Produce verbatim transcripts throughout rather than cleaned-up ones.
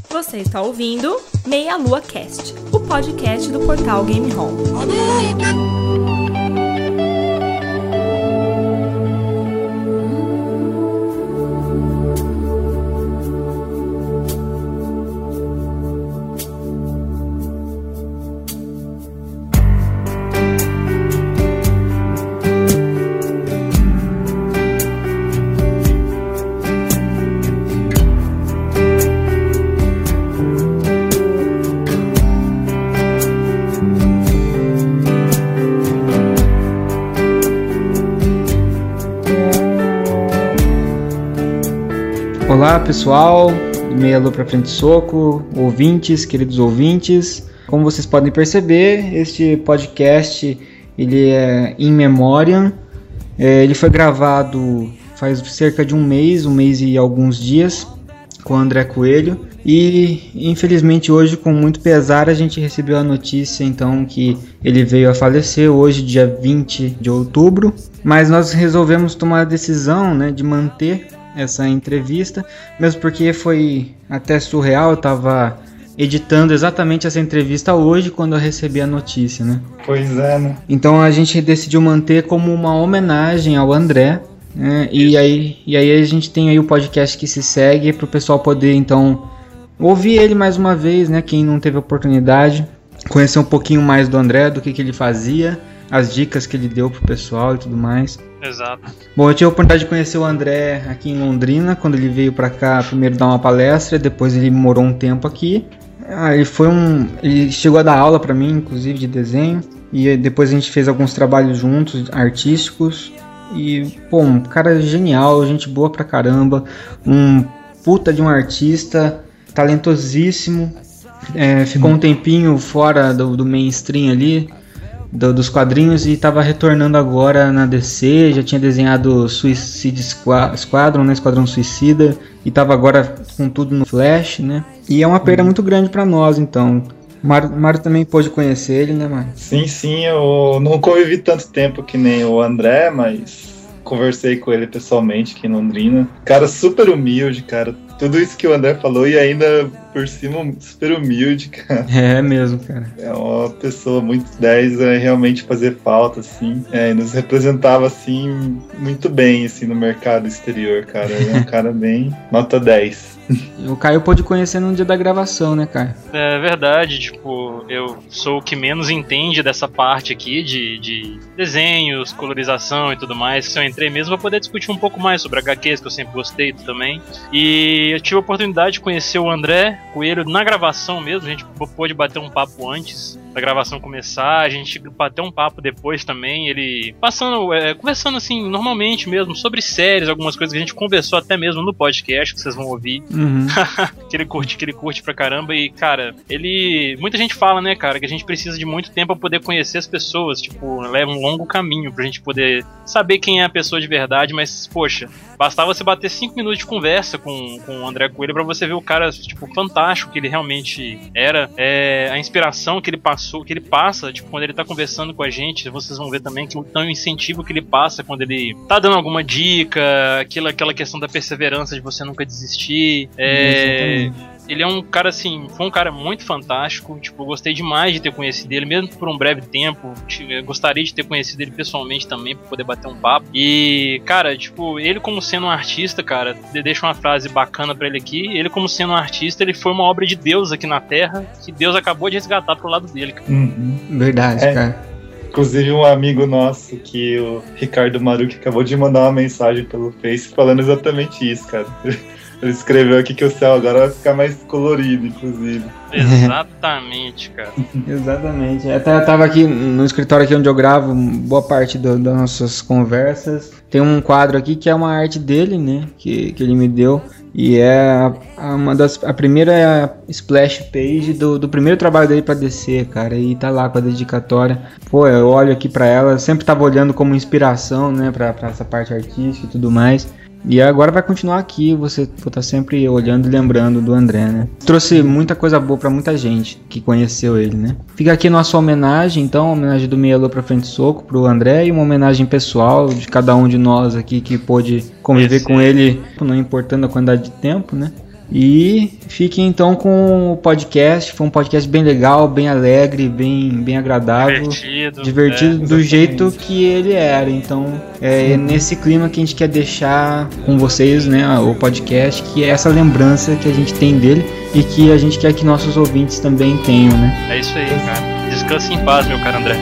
Você está ouvindo Meia Lua Cast, o podcast do portal Game Home. Olá pessoal, Meia Lua pra Frente Soco, ouvintes, queridos ouvintes. Como vocês podem perceber, este podcast ele é in memoriam. É, ele foi gravado faz cerca de um mês, um mês e alguns dias, com o André Coelho. E infelizmente hoje, com muito pesar, a gente recebeu a notícia então que ele veio a falecer hoje, dia vinte de outubro. Mas nós resolvemos tomar a decisão, né, de manter essa entrevista, mesmo porque foi até surreal. Eu estava editando exatamente essa entrevista hoje quando eu recebi a notícia, né? Pois é, né? Então a gente decidiu manter como uma homenagem ao André, né? E aí, e aí a gente tem aí o podcast que se segue para o pessoal poder então ouvir ele mais uma vez, né? Quem não teve oportunidade, conhecer um pouquinho mais do André, do que, que ele fazia, as dicas que ele deu pro pessoal e tudo mais. Exato. Bom, eu tive a oportunidade de conhecer o André aqui em Londrina, quando ele veio pra cá primeiro dar uma palestra, depois ele morou um tempo aqui. Ah, ele foi um, ele chegou a dar aula pra mim, inclusive, de desenho, e depois a gente fez alguns trabalhos juntos, artísticos, e, pô, um cara genial, gente boa pra caramba, um puta de um artista, talentosíssimo, é, ficou um tempinho fora do, do mainstream ali, Do, dos quadrinhos, e estava retornando agora na D C. Já tinha desenhado Suicide Squadron, né, Esquadrão Suicida, e estava agora com tudo no Flash, né? E é uma perda muito grande para nós, então. Mário, Mário também pôde conhecer ele, né, Mário? Sim, sim, eu não convivi tanto tempo que nem o André, mas conversei com ele pessoalmente aqui em Londrina. Cara super humilde, cara. Tudo isso que o André falou e ainda por cima super humilde, cara. É mesmo, cara. É uma pessoa muito dez, é realmente fazer falta, assim. É, nos representava, assim, muito bem, assim, no mercado exterior, cara. É um cara bem nota dez. O Caio pôde conhecer no dia da gravação, né, Caio? É verdade, tipo, eu sou o que menos entende dessa parte aqui de, de desenhos, colorização e tudo mais. Se eu entrei mesmo, vou poder discutir um pouco mais sobre agá quês, que eu sempre gostei também. E eu tive a oportunidade de conhecer o André Coelho na gravação mesmo. A gente pôde bater um papo antes da gravação começar, a gente bateu um papo depois também, ele passando, é, conversando assim, normalmente mesmo, sobre séries, algumas coisas que a gente conversou até mesmo no podcast, que vocês vão ouvir, uhum. que ele curte, que ele curte pra caramba. E, cara, ele, muita gente fala, né, cara, que a gente precisa de muito tempo pra poder conhecer as pessoas, tipo, leva um longo caminho pra gente poder saber quem é a pessoa de verdade, mas, poxa, bastava você bater cinco minutos de conversa com, com o André Coelho pra você ver o cara, tipo, fantástico que ele realmente era, é, a inspiração que ele passou, que ele passa, tipo, quando ele tá conversando com a gente. Vocês vão ver também que o tão incentivo que ele passa quando ele tá dando alguma dica, aquela, aquela questão da perseverança de você nunca desistir. É, ele é um cara, assim, foi um cara muito fantástico, tipo, eu gostei demais de ter conhecido ele, mesmo por um breve tempo. Eu gostaria de ter conhecido ele pessoalmente também, pra poder bater um papo. E, cara, tipo, ele como sendo um artista, cara, deixa uma frase bacana pra ele aqui, ele como sendo um artista, ele foi uma obra de Deus aqui na Terra, que Deus acabou de resgatar pro lado dele. Uhum. Verdade, é. Cara. Inclusive um amigo nosso, que o Ricardo Marucchi, acabou de mandar uma mensagem pelo Face falando exatamente isso, cara. Ele escreveu aqui que o céu agora vai ficar mais colorido, inclusive. Exatamente, cara. Exatamente. Até eu tava aqui no escritório aqui onde eu gravo boa parte do, das nossas conversas. Tem um quadro aqui que é uma arte dele, né? Que, que ele me deu. E é a, a, uma das, a primeira é a splash page do, do primeiro trabalho dele pra D C, cara. E tá lá com a dedicatória. Pô, eu olho aqui pra ela, sempre tava olhando como inspiração, né? Pra, pra essa parte artística e tudo mais. E agora vai continuar aqui, você tá sempre olhando e lembrando do André, né? Trouxe muita coisa boa pra muita gente que conheceu ele, né? Fica aqui nossa homenagem, então, a homenagem do Meia Lua pra Frente Soco pro André, e uma homenagem pessoal de cada um de nós aqui que pôde conviver Esse. com ele, não importando a quantidade de tempo, né? E fiquem então com o podcast. Foi um podcast bem legal, bem alegre, bem, bem agradável. Divertido. Divertido é, do jeito que ele era. Então é nesse clima que a gente quer deixar com vocês, né, o podcast, que é essa lembrança que a gente tem dele e que a gente quer que nossos ouvintes também tenham, né? É isso aí, cara. Descanse em paz, meu caro André.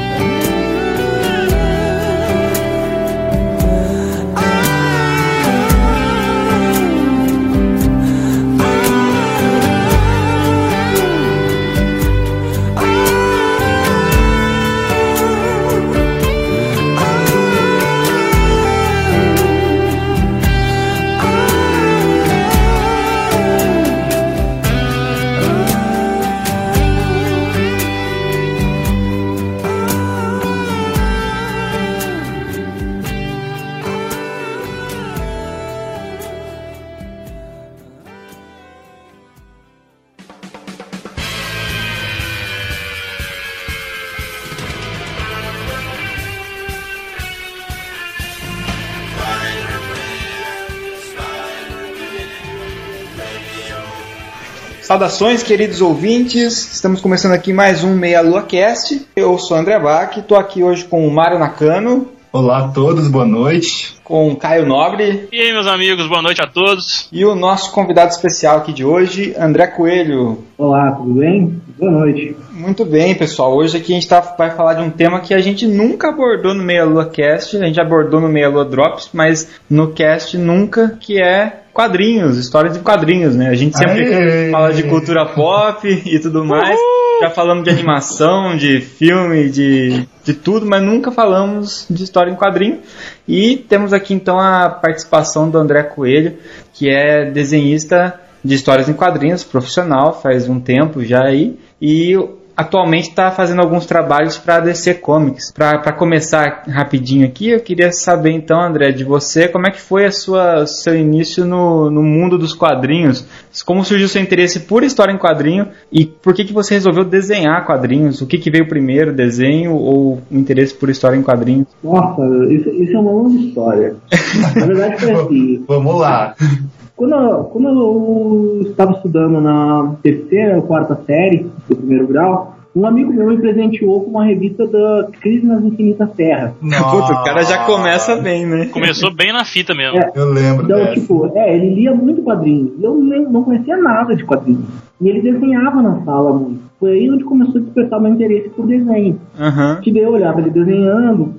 Saudações, queridos ouvintes, estamos começando aqui mais um Meia Lua Cast. Eu sou o André Bach, estou aqui hoje com o Mário Nakano. Olá a todos, boa noite. Com o Caio Nobre. E aí, meus amigos, boa noite a todos. E o nosso convidado especial aqui de hoje, André Coelho. Olá, tudo bem? Boa noite. Muito bem, pessoal. Hoje aqui a gente tá, vai falar de um tema que a gente nunca abordou no Meia Lua Cast. A gente abordou no Meia Lua Drops, mas no cast nunca, que é quadrinhos, histórias de quadrinhos, né? A gente sempre Aê. fala de cultura pop e tudo mais. Uhul. Já falamos de animação, de filme, de, de tudo, mas nunca falamos de história em quadrinho. E temos aqui então a participação do André Coelho, que é desenhista de histórias em quadrinhos, profissional, faz um tempo já aí, e atualmente está fazendo alguns trabalhos para a D C Comics. Para começar rapidinho aqui, eu queria saber então, André, de você, como é que foi a sua seu início no, no mundo dos quadrinhos? Como surgiu seu interesse por história em quadrinho e por que, que você resolveu desenhar quadrinhos? O que, que veio primeiro, desenho ou o interesse por história em quadrinhos? Nossa, isso, isso é uma longa história. Na verdade foi assim. Vamos lá. Quando eu, quando eu estava estudando na terceira ou quarta série do primeiro grau, um amigo meu me presenteou com uma revista da Crise nas Infinitas Terras. Puta, o cara já começa bem, né? Começou bem na fita mesmo. É, eu lembro Então, dessa. tipo, é, ele lia muito quadrinhos. E eu nem, não conhecia nada de quadrinhos. E ele desenhava na sala muito. Foi aí onde começou a despertar meu interesse por desenho. Uhum. Que daí eu olhava ele desenhando.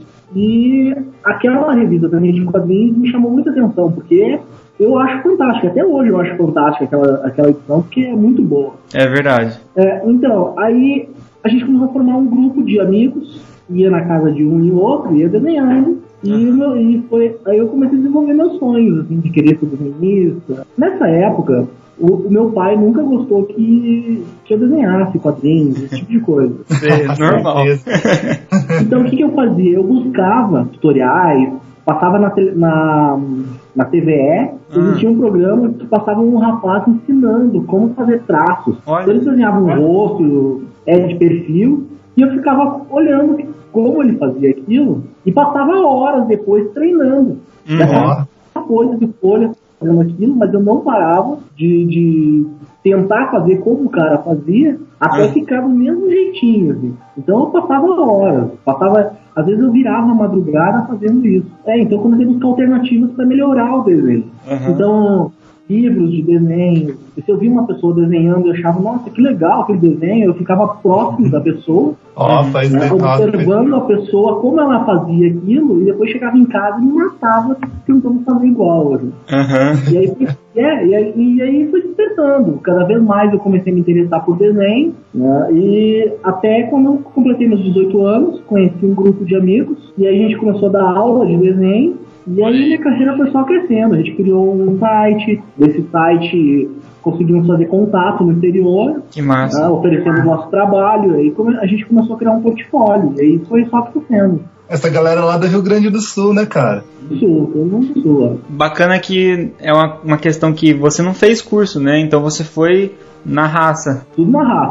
E aquela revista também de quadrinhos me chamou muita atenção, porque eu acho fantástica, até hoje eu acho fantástica aquela, aquela edição, porque é muito boa. É verdade. É, então, aí a gente começou a formar um grupo de amigos, ia na casa de um e outro, ia desenhando, e, meu, e foi, aí eu comecei a desenvolver meus sonhos, assim, de querer ser desenhista. Nessa época, o, o meu pai nunca gostou que, que eu desenhasse quadrinhos, esse tipo de coisa. É normal. Então, o que, que eu fazia? Eu buscava tutoriais, passava na, na, na T V E, hum. tinha um programa que passava um rapaz ensinando como fazer traços. Olha. Então, ele desenhava um rosto, é de perfil, e eu ficava olhando como ele fazia aquilo, e passava horas depois treinando. Uhum. Coisa de folha fazendo aquilo, mas eu não parava de, de tentar fazer como o cara fazia, até uhum. ficar do mesmo jeitinho. Assim. Então eu passava horas, passava... Às vezes eu virava a madrugada fazendo isso. É, então eu comecei a buscar alternativas para melhorar o desenho. Uhum. Então, livros de desenho. Se eu via uma pessoa desenhando, eu achava, nossa, que legal aquele desenho. Eu ficava próximo da pessoa, oh, faz né, observando a pessoa, como ela fazia aquilo, e depois chegava em casa e me matava tentando fazer igual. Assim. Uhum. E, aí, é, e, aí, e aí foi despertando. Cada vez mais eu comecei a me interessar por desenho. Né, e até quando eu completei meus dezoito anos, conheci um grupo de amigos, e aí a gente começou a dar aula de desenho. E aí minha carreira foi só crescendo. A gente criou um site, desse site conseguimos fazer contato no exterior, que massa. Né, oferecendo o nosso trabalho. Aí a gente começou a criar um portfólio. E aí foi só crescendo. Essa galera lá do Rio Grande do Sul, né, cara? Do Sul, todo mundo do Sul. Ó. Bacana que é uma, uma questão que você não fez curso, né? Então você foi na raça. Tudo na raça.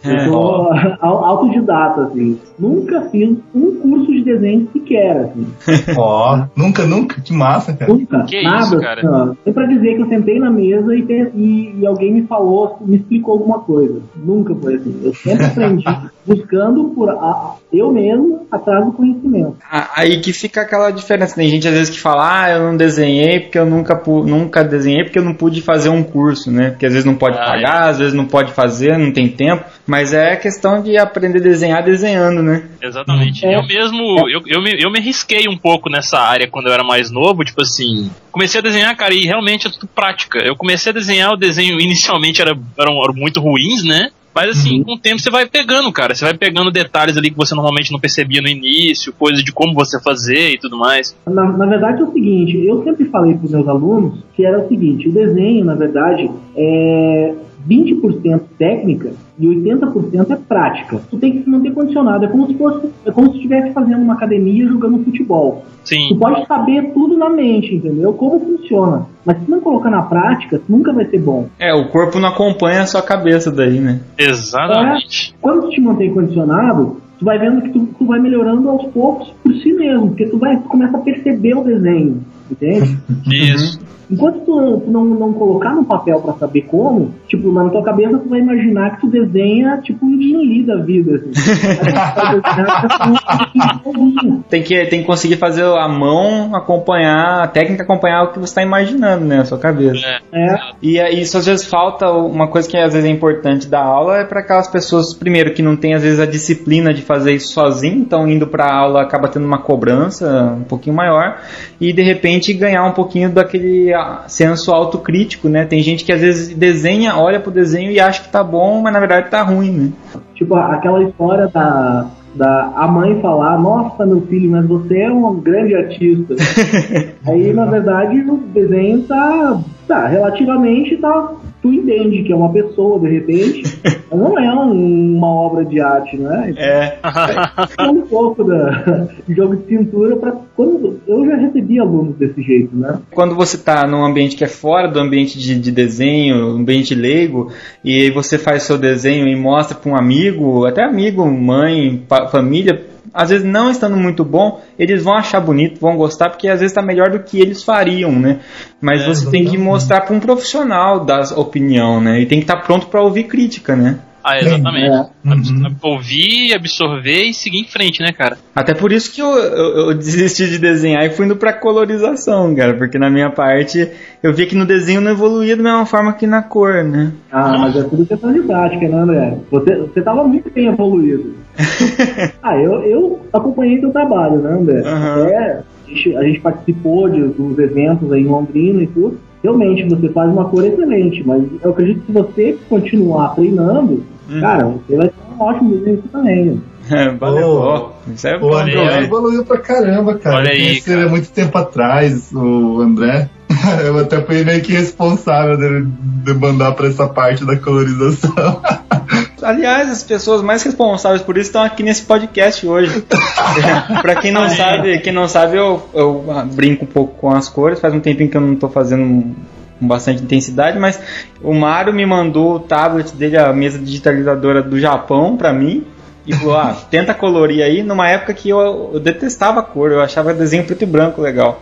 Eu sou autodidata, assim. Nunca fiz um curso de desenho sequer, assim. Ó, oh, nunca, nunca? Que massa, cara. Nunca, que nada. Isso, cara? Nem pra dizer que eu sentei na mesa e, te, e, e alguém me falou, me explicou alguma coisa. Nunca foi assim. Eu sempre aprendi buscando por a, eu mesmo atrás do conhecimento. Aí que fica aquela diferença. Tem gente às vezes que fala, ah, eu não desenhei porque eu nunca, nunca desenhei porque eu não pude fazer um curso, né? Porque às vezes não pode ah, pagar, é. às vezes não pode fazer, não tem tempo. Mas é questão de aprender a desenhar desenhando, né? Exatamente. É. Eu mesmo, eu, eu, me, eu me arrisquei um pouco nessa área quando eu era mais novo, tipo assim, comecei a desenhar, cara, e realmente é tudo prática. Eu comecei a desenhar, o desenho inicialmente era, eram, eram muito ruins, né? Mas assim, uhum. com o tempo você vai pegando, cara. Você vai pegando detalhes ali que você normalmente não percebia no início, coisas de como você fazer e tudo mais. Na, na verdade é o seguinte, eu sempre falei para os meus alunos que era o seguinte, o desenho, na verdade, é vinte por cento técnica e oitenta por cento é prática. Tu tem que se manter condicionado. É como se fosse, é como se estivesse fazendo uma academia jogando futebol. Sim. Tu pode saber tudo na mente, entendeu? Como funciona. Mas se não colocar na prática, nunca vai ser bom. É, o corpo não acompanha a sua cabeça daí, né? Exatamente. É, quando tu te mantém condicionado, tu vai vendo que tu, tu vai melhorando aos poucos por si mesmo. Porque tu, vai, tu começa a perceber o desenho. Entende? Isso. Enquanto tu, tu não, não colocar no papel pra saber como, tipo, na tua cabeça tu vai imaginar que tu desenha tipo um Jim Lee da vida, assim. tem, que, tem que conseguir fazer a mão acompanhar, a técnica acompanhar o que você está imaginando, né, na sua cabeça. É. E isso às vezes falta, uma coisa que às vezes é importante da aula é para aquelas pessoas, primeiro, que não tem às vezes a disciplina de fazer isso sozinho, então indo pra aula acaba tendo uma cobrança um pouquinho maior, e de repente ganhar um pouquinho daquele senso autocrítico, né? Tem gente que às vezes desenha, olha pro desenho e acha que tá bom, mas na verdade tá ruim, né? Tipo, aquela história da, da a mãe falar, nossa, meu filho, mas você é um grande artista. Aí, na verdade, o desenho tá, tá relativamente, tá, tu entende que é uma pessoa, de repente, mas não é um, uma obra de arte, não é? É. É um pouco da, de jogo de cintura para quando eu já recebi alunos desse jeito, né? Quando você tá num ambiente que é fora do ambiente de, de desenho, ambiente leigo, e aí você faz seu desenho e mostra para um amigo, até amigo, mãe, pa, família, às vezes não estando muito bom, eles vão achar bonito, vão gostar, porque às vezes está melhor do que eles fariam, né? Mas é, você tem que mostrar para um profissional dar opinião, né? E tem que estar tá pronto para ouvir crítica, né? Ah, exatamente. É. Uhum. Ouvir, absorver e seguir em frente, né, cara? Até por isso que eu, eu, eu desisti de desenhar e fui indo pra colorização, cara. Porque na minha parte, eu vi que no desenho não evoluía da mesma forma que na cor, né? Ah, mas é tudo questão de prática, né, André? Você, você tava muito bem evoluído. ah, eu, eu acompanhei teu trabalho, né, André? Uhum. É, a, gente, a gente participou de, dos eventos aí em Londrina e tudo. Realmente, você faz uma cor excelente, mas eu acredito que se você continuar treinando, hum. cara, você vai ter um ótimo desenho também. É, valeu. Oh, isso é o bom, André né? evoluiu pra caramba, cara. Olha eu conheci aí, ele há muito tempo atrás, o André. Eu até fui meio que responsável dele de mandar pra essa parte da colorização. Aliás, as pessoas mais responsáveis por isso estão aqui nesse podcast hoje. Pra quem não sabe, quem não sabe, eu, eu brinco um pouco com as cores. Faz um tempinho que eu não tô fazendo com bastante intensidade, mas o Mário me mandou o tablet dele, a mesa digitalizadora do Japão, pra mim. E falou, ah, tenta colorir aí, numa época que eu, eu detestava a cor, eu achava desenho preto e branco legal.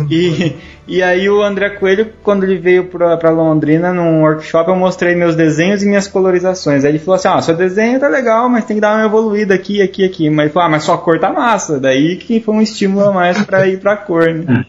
E, e aí o André Coelho, quando ele veio pra, pra Londrina, num workshop, eu mostrei meus desenhos e minhas colorizações. Aí ele falou assim, ah, seu desenho tá legal, mas tem que dar uma evoluída aqui, aqui, aqui. Mas ele falou, ah, mas sua cor tá massa. Daí que foi um estímulo a mais pra ir pra cor, né?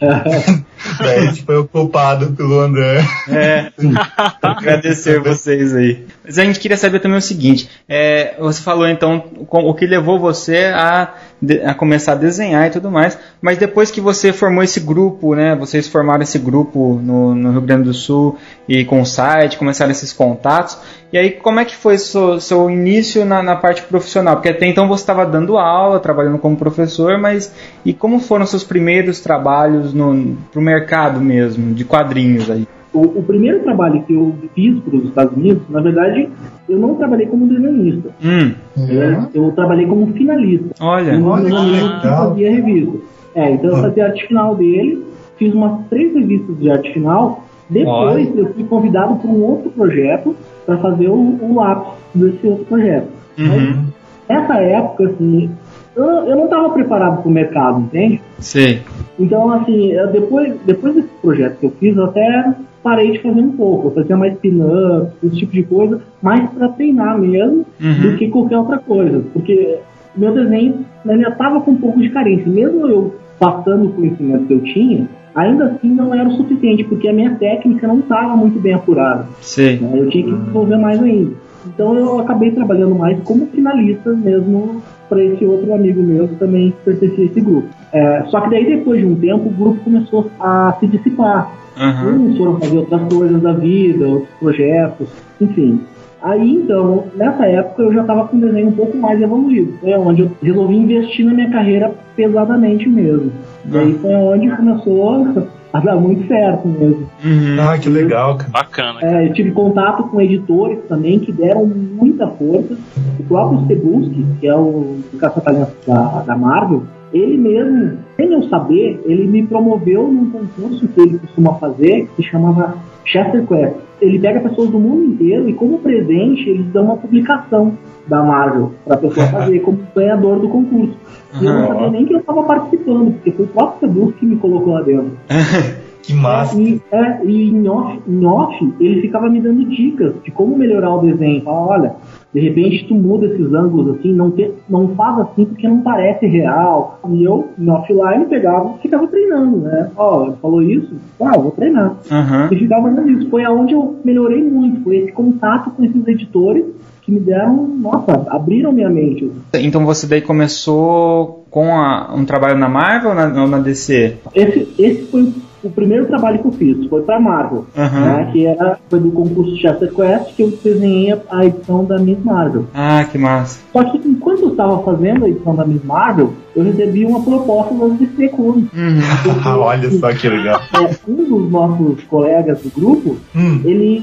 Daí a gente foi o culpado pelo André. É, agradecer vocês aí. Mas a gente queria saber também o seguinte, é, você falou então o que levou você a, a começar a desenhar e tudo mais, mas depois que você formou esse grupo, né, vocês formaram esse grupo no, no Rio Grande do Sul e com o site, começaram esses contatos, e aí como é que foi seu, seu início na, na parte profissional? Porque até então você estava dando aula, trabalhando como professor, mas e como foram seus primeiros trabalhos no, pro mercado mesmo, de quadrinhos aí? O, o primeiro trabalho que eu fiz para os Estados Unidos, na verdade, eu não trabalhei como desenhista. Hum. É, eu trabalhei como finalista. Olha, um olha que fazia revista. É, então eu fazia a arte final dele, fiz umas três revistas de arte final. Depois olha. eu fui convidado para um outro projeto para fazer o, o lápis desse outro projeto. Uhum. Nessa época, assim, eu, eu não estava preparado para o mercado, entende? Sei. Então, assim, eu, depois, depois desse projeto que eu fiz, eu até parei de fazer um pouco. Eu fazia mais pin-up, esse tipo de coisa, mais para treinar mesmo, Uhum. do que qualquer outra coisa. Porque meu desenho ainda estava com um pouco de carência. Mesmo eu passando o conhecimento que eu tinha, ainda assim não era o suficiente, porque a minha técnica não estava muito bem apurada. Sei. Né? Eu tinha que desenvolver mais ainda. Então eu acabei trabalhando mais como finalista mesmo para esse outro amigo meu que também pertencia a esse grupo. É, só que daí depois de um tempo o grupo começou a se dissipar. Uhum. Uns foram fazer outras coisas da vida, outros projetos, enfim. Aí então, nessa época eu já estava com um desenho um pouco mais evoluído. Foi onde eu resolvi investir na minha carreira pesadamente mesmo. E aí foi onde começou a dar muito certo mesmo. Uhum. Ah, que legal, cara. Bacana. É, eu tive contato com editores também que deram muita força. O próprio Cebulski, que é o caça-talentos da, da Marvel, ele mesmo, sem eu saber, ele me promoveu num concurso que ele costuma fazer, que se chamava Chester Quest. Ele pega pessoas do mundo inteiro e, como presente, eles dão uma publicação da Marvel para a pessoa fazer como ganhador do concurso. E eu não sabia nem que eu estava participando, porque foi o próprio Cebulski que me colocou lá dentro. Que massa. É, e, é, e em, off, em off, ele ficava me dando dicas de como melhorar o desenho. Fala, olha, de repente tu muda esses ângulos assim, não, te, não faz assim porque não parece real. E eu, em offline, pegava e ficava treinando, né? Ó, ele falou isso, ah, eu vou treinar. Uhum. E ficava fazendo isso. Foi aonde eu melhorei muito, foi esse contato com esses editores que me deram, nossa, abriram minha mente. Então você daí começou com a, um trabalho na Marvel ou na, ou na D C? Esse, esse foi o primeiro trabalho que eu fiz, foi pra Marvel, Uhum. né, que era, foi do concurso Chester Quest, que eu desenhei a edição da Miss Marvel. Ah, que massa. Só que enquanto eu estava fazendo a edição da Miss Marvel, eu recebi uma proposta da D C Comics. Uhum. Olha só que legal. É, um dos nossos colegas do grupo, Hum.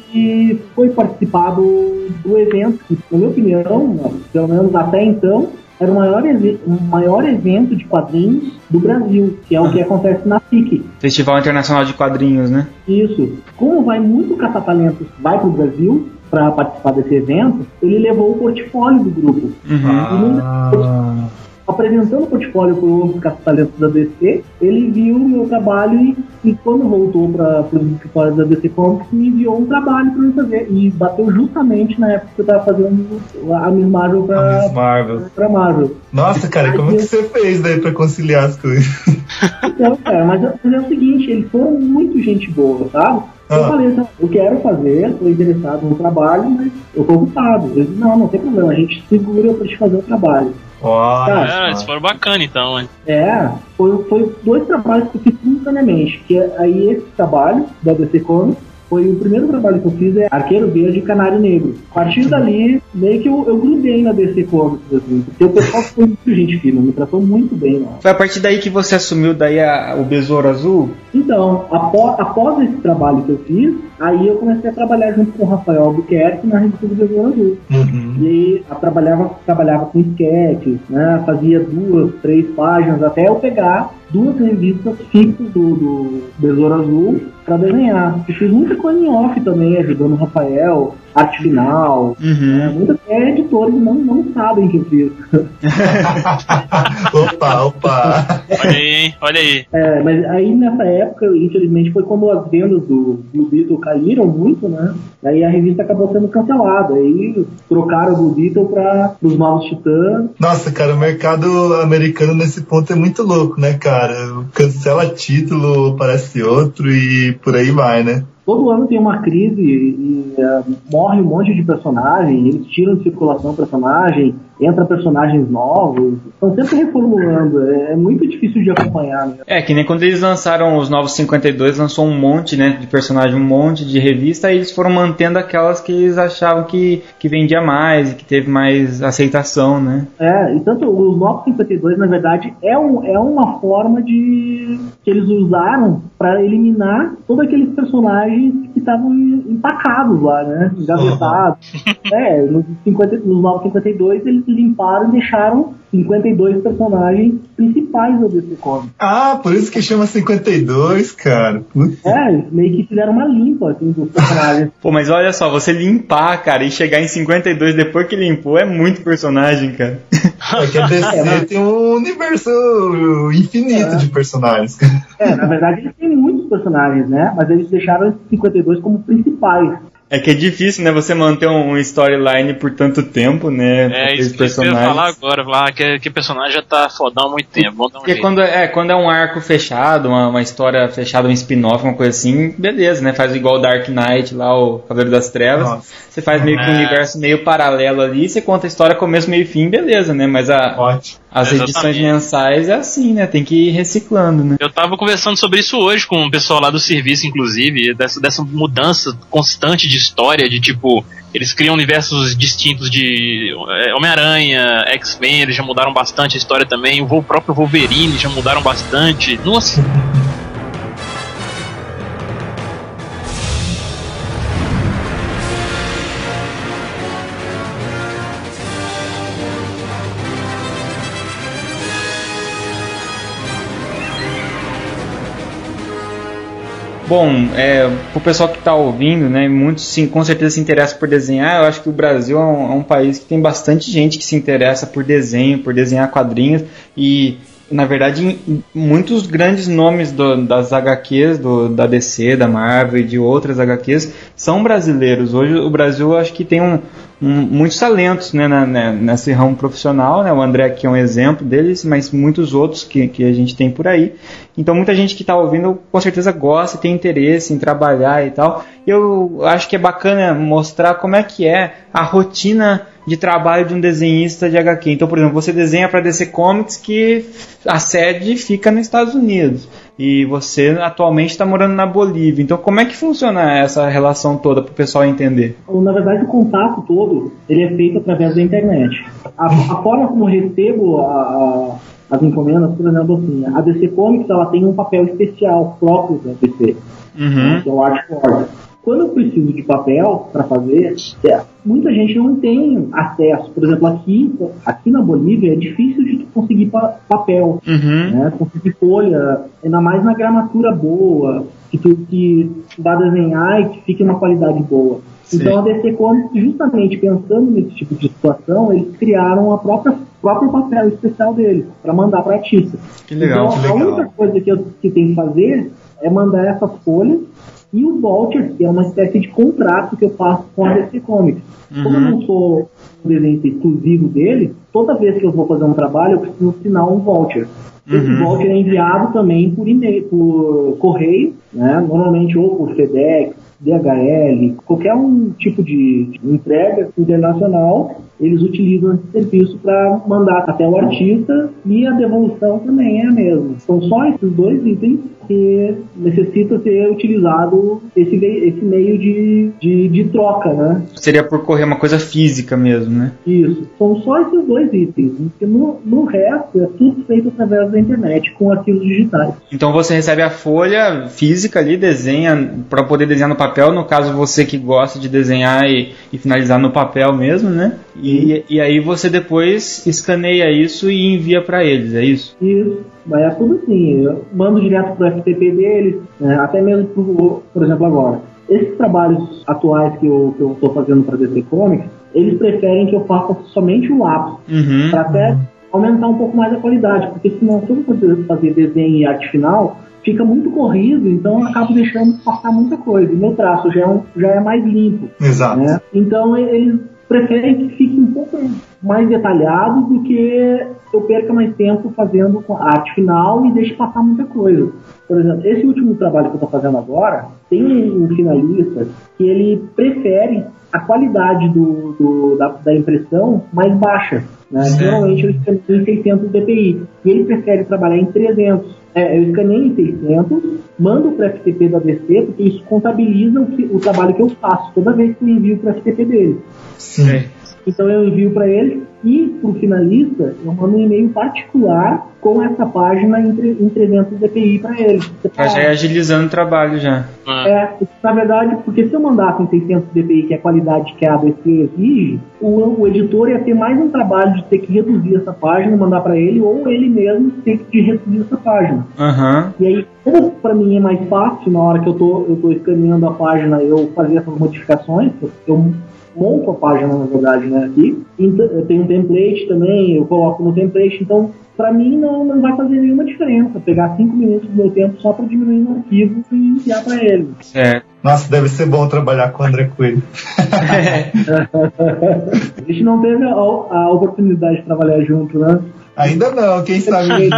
ele foi participar do, do evento, que, na minha opinião, pelo menos até então, era o maior, o maior evento de quadrinhos do Brasil, que é o que acontece na F I C. Festival Internacional de Quadrinhos, né? Isso. Como vai muito caça-talentos, vai para o Brasil para participar desse evento, ele levou o portfólio do grupo. Uhum. Ah. Apresentando o portfólio para o caça-talentos da D C, ele viu o meu trabalho e, e quando voltou para os escritórios da D C Comics, me enviou um trabalho para eu fazer. E bateu justamente na época que eu estava fazendo a Miss Marvel A Miss Marvel. para Marvel. Nossa, cara, como é que você fez daí pra conciliar as coisas? Então, cara, mas, mas é o seguinte, eles foram muito gente boa, sabe? Eu Ah. falei assim, eu quero fazer, estou interessado no trabalho, mas eu tô ocupado. Eles disse, não, não tem problema, a gente segura para te fazer o trabalho. Olha. É, eles foram bacana então, hein? É, foi, foi dois trabalhos que eu fiz simultaneamente, que é, aí esse trabalho da D C Comics foi o primeiro trabalho que eu fiz, é Arqueiro Verde e Canário Negro. A partir dali, meio que eu, eu grudei na D C Comics, assim, porque o pessoal foi muito gente fina, me tratou muito bem lá. Foi a partir daí que você assumiu daí a, o Besouro Azul? Então, após, após esse trabalho que eu fiz, aí eu comecei a trabalhar junto com o Rafael Albuquerque na revista do Besouro Azul. Uhum. E aí eu trabalhava, trabalhava com sketches, né? Fazia duas, três páginas, até eu pegar duas revistas fixas do, do Besouro Azul para desenhar. Eu fiz muita coisa em off também, ajudando o Rafael, arte final. Uhum. Né? Muitos é, editores não, não sabem que eu fiz. Opa, opa. Olha aí, hein? Olha aí. É, mas aí nessa época, infelizmente, foi quando as vendas do Blue Beetle caíram muito, né? Aí a revista acabou sendo cancelada. Aí trocaram o Blue Beetle para os Novos Titãs. Nossa, cara, o mercado americano nesse ponto é muito louco, né, cara? Cancela título, aparece outro e por aí vai, né? Todo ano tem uma crise e é, morre um monte de personagem, eles tiram de circulação personagem, entra personagens novos, estão sempre reformulando, é, é muito difícil de acompanhar. Né? É, que nem quando eles lançaram os Novos cinquenta e dois, lançou um monte, né, de personagem, um monte de revista, aí eles foram mantendo aquelas que eles achavam que, que vendia mais, que teve mais aceitação, né? É, e tanto os Novos cinquenta e dois, na verdade, é, um, é uma forma de que eles usaram para eliminar todos aqueles personagens que que estavam empacados lá, né? Engavetados. Uhum. É, nos, cinquenta, nos novos cinquenta e dois eles limparam e deixaram cinquenta e dois personagens principais do D C Comics. Ah, por isso que chama cinquenta e dois, cara. Putz. É, eles meio que fizeram uma limpa, assim, dos personagens. Pô, mas olha só, você limpar, cara, e chegar em cinquenta e dois depois que limpou é muito personagem, cara. É que a D C é, mas... tem um universo infinito é. de personagens. É, na verdade eles têm muitos personagens, né? Mas eles deixaram esses cinquenta e dois como principais. É que é difícil, né, você manter um storyline por tanto tempo, né? É, isso que eu ia falar agora, falar que, que personagem já tá fodão há muito tempo. Vamos dar um Porque jeito. quando é, quando é um arco fechado, uma, uma história fechada, um spin-off, uma coisa assim, beleza, né? Faz igual o Dark Knight lá, o Cavaleiro das Trevas. Nossa. Você faz meio que um é. universo meio paralelo ali, você conta a história começo, meio e fim, beleza, né? Mas a, as Exatamente. edições mensais é assim, né? Tem que ir reciclando, né? Eu tava conversando sobre isso hoje com o pessoal lá do serviço, inclusive, dessa, dessa mudança constante de história, de tipo, eles criam universos distintos de Homem-Aranha, X-Men, eles já mudaram bastante a história também, o próprio Wolverine já mudaram bastante. Nossa! Bom, é, pro pessoal que está ouvindo, né, muitos sim, com certeza se interessam por desenhar. Eu acho que o Brasil é um, é um país que tem bastante gente que se interessa por desenho, por desenhar quadrinhos, e na verdade muitos grandes nomes do, das agá quês, do, da D C, da Marvel e de outras agá quês são brasileiros. Hoje o Brasil, eu acho que tem um, um, muitos talentos, né, na, na, nesse ramo profissional, né? O André aqui é um exemplo deles, mas muitos outros que, que a gente tem por aí. Então muita gente que está ouvindo com certeza gosta, tem interesse em trabalhar e tal. E eu acho que é bacana mostrar como é que é a rotina de trabalho de um desenhista de agá quê. Então, por exemplo, você desenha para a D C Comics, que a sede fica nos Estados Unidos, e você atualmente está morando na Bolívia. Então, como é que funciona essa relação toda para o pessoal entender? Na verdade, o contato todo ele é feito através da internet. A, a forma como eu recebo a, a, as encomendas, por exemplo, assim, a D C Comics ela tem um papel especial próprio da D C, uhum. que é o Artboard. Quando eu preciso de papel para fazer, é, muita gente não tem acesso. Por exemplo, aqui, aqui na Bolívia é difícil de conseguir pa- papel, uhum. né? Conseguir folha, ainda mais na gramatura boa, que tu que vá desenhar e que fique uma qualidade boa. Sim. Então a D C Comics, justamente pensando nesse tipo de situação, eles criaram a própria próprio papel especial deles para mandar para artista. Que legal, então que a legal. única coisa que eu que tem que fazer é mandar essas folhas e o voucher, que é uma espécie de contrato que eu faço com a D C Comics. Uhum. Como eu não sou um desenho exclusivo dele, toda vez que eu vou fazer um trabalho, eu preciso assinar um voucher. Uhum. Esse voucher é enviado também por e-mail, por correio, né? Normalmente ou por FedEx, D H L, qualquer um tipo de entrega internacional, eles utilizam esse serviço para mandar até o artista, e a devolução também é a mesma. São só esses dois itens que necessita ser utilizado esse, esse meio de, de, de troca, né? Seria por correr uma coisa física mesmo, né? Isso. São só esses dois itens. Porque no, no resto é tudo feito através da internet, com arquivos digitais. Então você recebe a folha física ali, desenha para poder desenhar no papel, no caso você que gosta de desenhar e, e finalizar no papel mesmo, né? E, e aí você depois escaneia isso e envia para eles, é isso? Isso. Mas é tudo assim, eu mando direto pro F T P deles, né, até mesmo, pro, por exemplo, agora. Esses trabalhos atuais que eu estou fazendo para D C Comics, eles preferem que eu faça somente o lápis, uhum. para até aumentar um pouco mais a qualidade, porque senão, se eu for fazer desenho e arte final, fica muito corrido, então eu acabo deixando passar muita coisa. E meu traço já é, um, já é mais limpo. Exato. Né? Então eles preferem que fique um pouco mais detalhado do que eu perca mais tempo fazendo a arte final e deixe passar muita coisa. Por exemplo, esse último trabalho que eu estou fazendo agora, tem um finalista que ele prefere a qualidade do, do, da, da impressão mais baixa. Né? Geralmente eu escaneio em seiscentos D P I e ele prefere trabalhar em trezentos. É, eu escaneio em seiscentos, mando para o F T P da D C, porque isso contabiliza o, que, o trabalho que eu faço toda vez que eu envio para o F T P dele. Sim. Então eu envio para ele e pro finalista eu mando um e-mail particular com essa página entre, entre eventos D P I para ele. Pra já ir agilizando o trabalho já. É, na verdade, porque se eu mandasse em seiscentos D P I, que é a qualidade que a A B C exige, o, o editor ia ter mais um trabalho de ter que reduzir essa página, mandar para ele, ou ele mesmo ter que reduzir essa página. Uhum. E aí, como para mim é mais fácil, na hora que eu tô, eu tô escaneando a página, eu fazer essas modificações, eu monto a página, na verdade, né, aqui. Eu tenho um template também, eu coloco no template, então pra mim não, não vai fazer nenhuma diferença pegar cinco minutos do meu tempo só pra diminuir no arquivo e enviar pra ele. É. Nossa, deve ser bom trabalhar com o André Coelho. A gente não teve a, a oportunidade de trabalhar junto, né? Ainda não, quem sabe.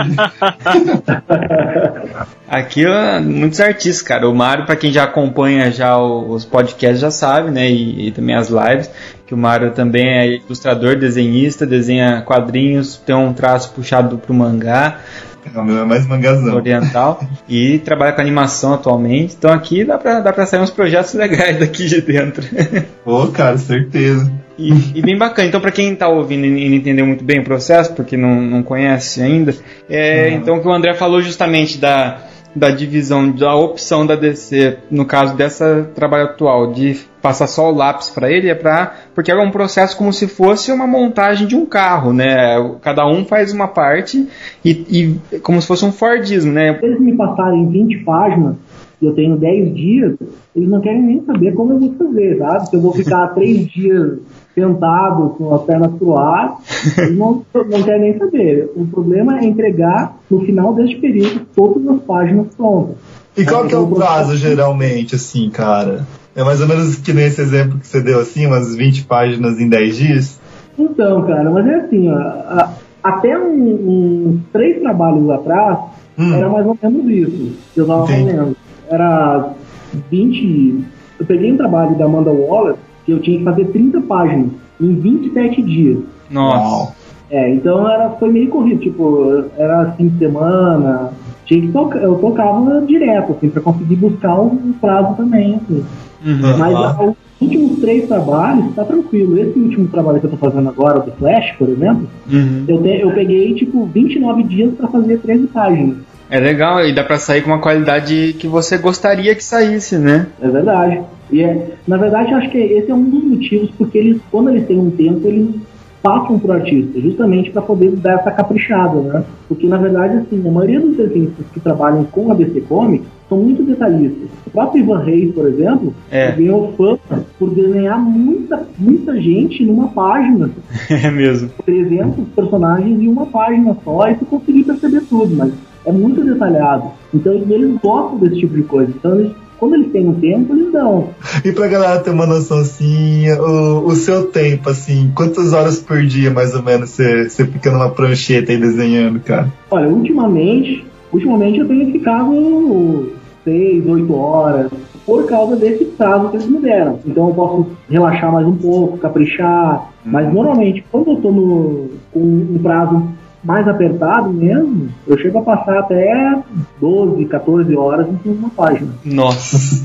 Aqui, muitos artistas, cara. O Mário, pra quem já acompanha já os podcasts, já sabe, né? E, e também as lives, que o Mário também é ilustrador, desenhista, desenha quadrinhos, tem um traço puxado pro mangá. O meu é mais mangazão. Oriental. E trabalha com animação atualmente. Então aqui dá pra, dá pra sair uns projetos legais daqui de dentro. Pô, cara, certeza. E, e bem bacana. Então, para quem está ouvindo e não entendeu muito bem o processo, porque não, não conhece ainda, é, uhum. Então o que o André falou justamente da, da divisão, da opção da D C, no caso dessa trabalho atual, de passar só o lápis para ele, é para porque é um processo como se fosse uma montagem de um carro, né? Cada um faz uma parte e, e como se fosse um Fordismo, né? Se eles me passarem vinte páginas, eu tenho dez dias, eles não querem nem saber como eu vou fazer, sabe? Se eu vou ficar três dias sentado com as pernas pro ar, eles não, não querem nem saber. O problema é entregar, no final deste período, todas as páginas prontas. E qual que é o prazo, geralmente, assim, cara? É mais ou menos que nesse exemplo que você deu, assim, umas vinte páginas em dez dias? Então, cara, mas é assim, ó, a, até uns um, um, três trabalhos atrás, hum. era mais ou menos isso que eu tava fazendo. Era vinte... Eu peguei um trabalho da Amanda Waller, que eu tinha que fazer trinta páginas em vinte e sete dias. Nossa. É, então era, foi meio corrido, tipo, era fim de semana, tinha que tocar, eu tocava direto, assim, pra conseguir buscar um prazo também, assim. Uhum. Mas ah, os últimos três trabalhos, tá tranquilo. Esse último trabalho que eu tô fazendo agora, do Flash, por exemplo, uhum. eu, te, eu peguei, tipo, vinte e nove dias pra fazer treze páginas. É legal, e dá pra sair com uma qualidade que você gostaria que saísse, né? É verdade. E é, na verdade, eu acho que esse é um dos motivos, porque eles, quando eles têm um tempo, eles passam pro artista, justamente para poder dar essa caprichada, né? Porque, na verdade, assim, a maioria dos desenhistas que trabalham com a D C Comics são muito detalhistas. O próprio Ivan Reis, por exemplo, é. ganhou fama por desenhar muita, muita gente numa página. É mesmo. trezentos personagens em uma página só, e tu conseguir perceber tudo, mas é muito detalhado. Então, eles gostam desse tipo de coisa. Então, eles, quando eles têm um tempo, eles dão. E pra galera ter uma noção, assim, o, o seu tempo, assim, quantas horas por dia, mais ou menos, você, você fica numa prancheta aí desenhando, cara? Olha, ultimamente, ultimamente eu tenho ficado seis, oito horas, por causa desse prazo que eles me deram. Então eu posso relaxar mais um pouco, caprichar, hum. mas normalmente, quando eu tô no, com um prazo mais apertado mesmo, eu chego a passar até doze, catorze horas em uma página. Nossa.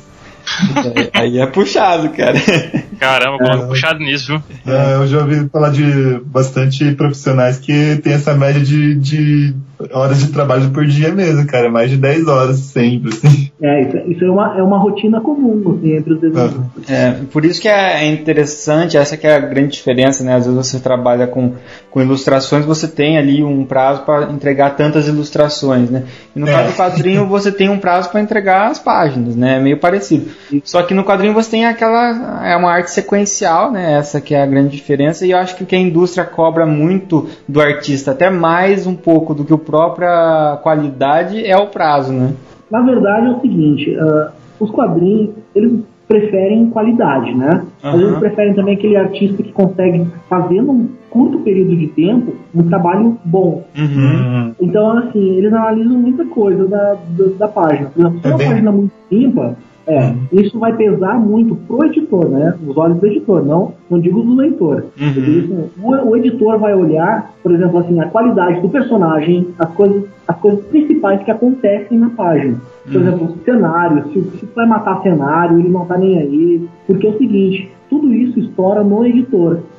Aí é puxado, cara. Caramba, como é puxado nisso, viu? É, eu já ouvi falar de bastante profissionais que tem essa média de, de horas de trabalho por dia mesmo, cara. Mais de dez horas sempre, assim. É, isso, isso é, uma, é uma rotina comum, assim, entre os desenhistas. É, por isso que é interessante, essa que é a grande diferença, né? Às vezes você trabalha com, com ilustrações, você tem ali um prazo para entregar tantas ilustrações, né? E no é. caso do quadrinho, você tem um prazo para entregar as páginas, né? É meio parecido. Só que no quadrinho você tem aquela... É uma arte sequencial, né? Essa que é a grande diferença. E eu acho que o que a indústria cobra muito do artista, até mais um pouco do que a própria qualidade, é o prazo, né? Na verdade é o seguinte, uh, os quadrinhos, eles preferem qualidade, né? Uhum. Mas eles preferem também aquele artista que consegue fazer num curto período de tempo um trabalho bom. Uhum. Então, assim, eles analisam muita coisa da, da, da página. Por exemplo, se é uma página muito limpa, é, isso vai pesar muito pro editor, né? Os olhos do editor, não, não digo do leitor. Uhum. Isso, o, o editor vai olhar, por exemplo, assim, a qualidade do personagem, as coisas, as coisas principais que acontecem na página. Por uhum. exemplo, cenário, se, se vai matar cenário, ele não tá nem aí. Porque é o seguinte, tudo isso estoura no editor.